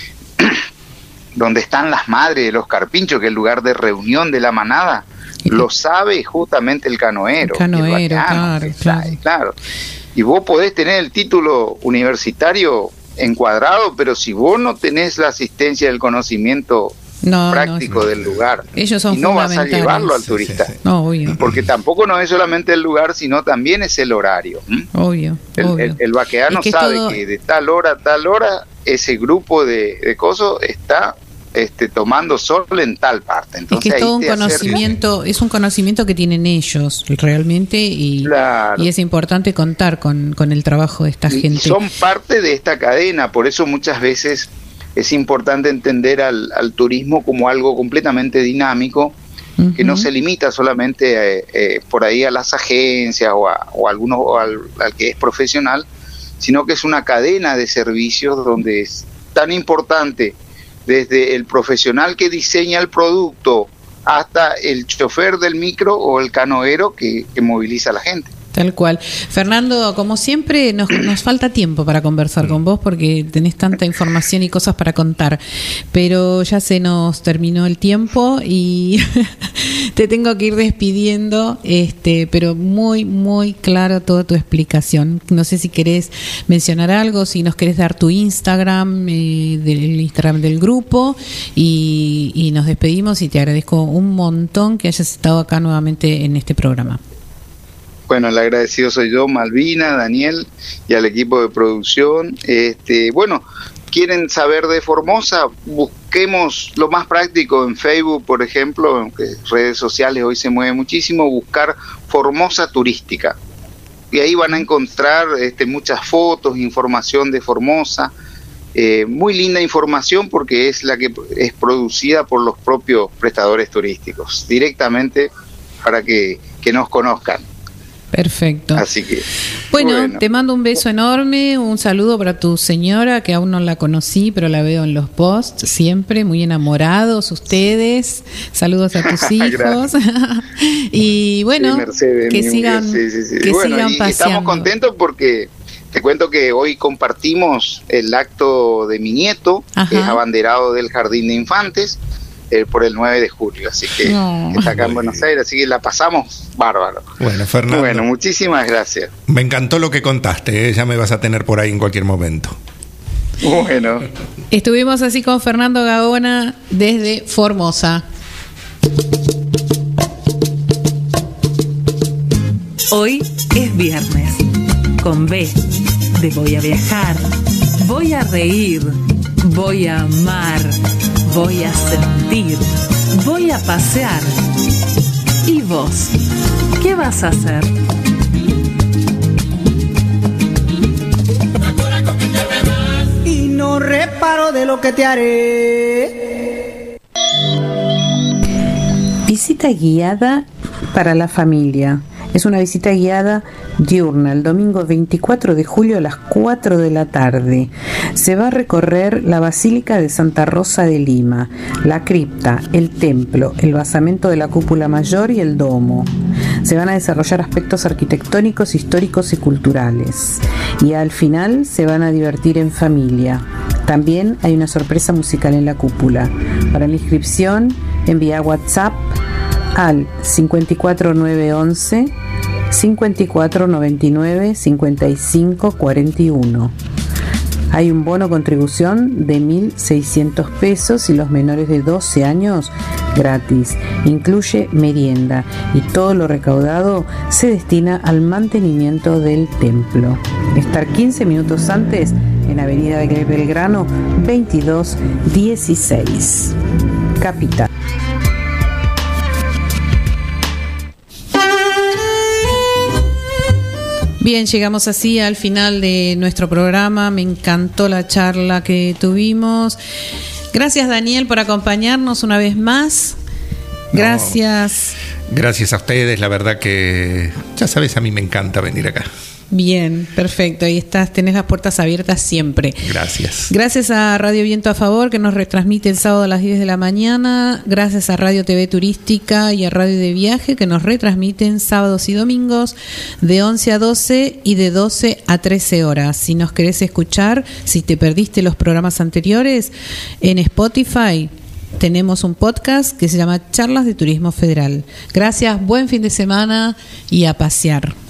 donde están las madres de los carpinchos, que es el lugar de reunión de la manada, lo sabe justamente el canoero. El canoero, el bacano, claro, claro. claro. Y vos podés tener el título universitario encuadrado, pero si vos no tenés la asistencia del conocimiento no, práctico no, del lugar, ellos son y no vas a llevarlo al turista, sí, sí, sí. No, obvio. Porque tampoco no es solamente el lugar, sino también es el horario. ¿Mm? Obvio, el, obvio. El, el vaqueano es que sabe todo... que de tal hora a tal hora ese grupo de, de cosas está Este, tomando sol en tal parte. Entonces, es que es todo un conocimiento, acerca... es un conocimiento que tienen ellos realmente, y, claro. y es importante contar con, con el trabajo de esta y gente. Son parte de esta cadena, por eso muchas veces es importante entender al, al turismo como algo completamente dinámico, uh-huh. que no se limita solamente eh, eh, por ahí a las agencias o a, o a algunos, o al, al que es profesional, sino que es una cadena de servicios donde es tan importante desde el profesional que diseña el producto hasta el chofer del micro o el canoero que, que moviliza a la gente. Tal cual. Fernando, como siempre, nos, nos falta tiempo para conversar con vos porque tenés tanta información y cosas para contar, pero ya se nos terminó el tiempo y te tengo que ir despidiendo, este, pero muy, muy claro toda tu explicación. No sé si querés mencionar algo, si nos querés dar tu Instagram, eh, del Instagram del grupo, y, y nos despedimos, y te agradezco un montón que hayas estado acá nuevamente en este programa. Bueno, el agradecido soy yo, Malvina, Daniel y al equipo de producción. Este, bueno, quieren saber de Formosa, busquemos lo más práctico en Facebook, por ejemplo, en redes sociales hoy se mueve muchísimo, buscar Formosa Turística. Y ahí van a encontrar este, muchas fotos, información de Formosa, eh, muy linda información porque es la que es producida por los propios prestadores turísticos, directamente para que, que nos conozcan. Perfecto. Así que bueno, bueno, te mando un beso enorme, un saludo para tu señora, que aún no la conocí, pero la veo en los posts siempre, muy enamorados ustedes. Saludos a tus hijos. Y bueno, sí, Mercedes, que sigan, sí, sí, sí. que Bueno, sigan y paseando. estamos contentos porque te cuento que hoy compartimos el acto de mi nieto, Ajá. que es abanderado del Jardín de Infantes, eh, por el nueve de julio, así que No. está acá en Buenos Aires, así que la pasamos bárbaro. Bueno, Fernando, Bueno, muchísimas gracias. me encantó lo que contaste, ¿eh? Ya me vas a tener por ahí en cualquier momento. Bueno, Estuvimos así con Fernando Gaona desde Formosa. Hoy es viernes, con B de voy a viajar, voy a reír, voy a amar, voy a sentir, voy a pasear. ¿Y vos? ¿Qué vas a hacer? Y no reparo de lo que te haré. Visita guiada para la familia. Es una visita guiada diurna, el domingo veinticuatro de julio a las cuatro de la tarde. Se va a recorrer la Basílica de Santa Rosa de Lima, la cripta, el templo, el basamento de la cúpula mayor y el domo. Se van a desarrollar aspectos arquitectónicos, históricos y culturales. Y al final se van a divertir en familia. También hay una sorpresa musical en la cúpula. Para la inscripción, envía WhatsApp al cincuenta y cuatro nueve once cincuenta y cuatro noventa y nueve cincuenta y cinco cuarenta y uno. Hay un bono contribución de mil seiscientos pesos y los menores de doce años gratis. Incluye merienda y todo lo recaudado se destina al mantenimiento del templo. Estar quince minutos antes en Avenida Belgrano veintidós dieciséis, Capital. Bien, llegamos así al final de nuestro programa. Me encantó la charla que tuvimos. Gracias, Daniel, por acompañarnos una vez más. Gracias. No, gracias a ustedes, la verdad que, ya sabes, a mí me encanta venir acá. Bien, perfecto. Ahí estás, tenés las puertas abiertas siempre. Gracias. Gracias a Radio Viento a Favor, que nos retransmite el sábado a las diez de la mañana. Gracias a Radio T V Turística y a Radio de Viaje, que nos retransmiten sábados y domingos de once a doce y de doce a trece horas. Si nos querés escuchar, si te perdiste los programas anteriores, en Spotify tenemos un podcast que se llama Charlas de Turismo Federal. Gracias, buen fin de semana y a pasear.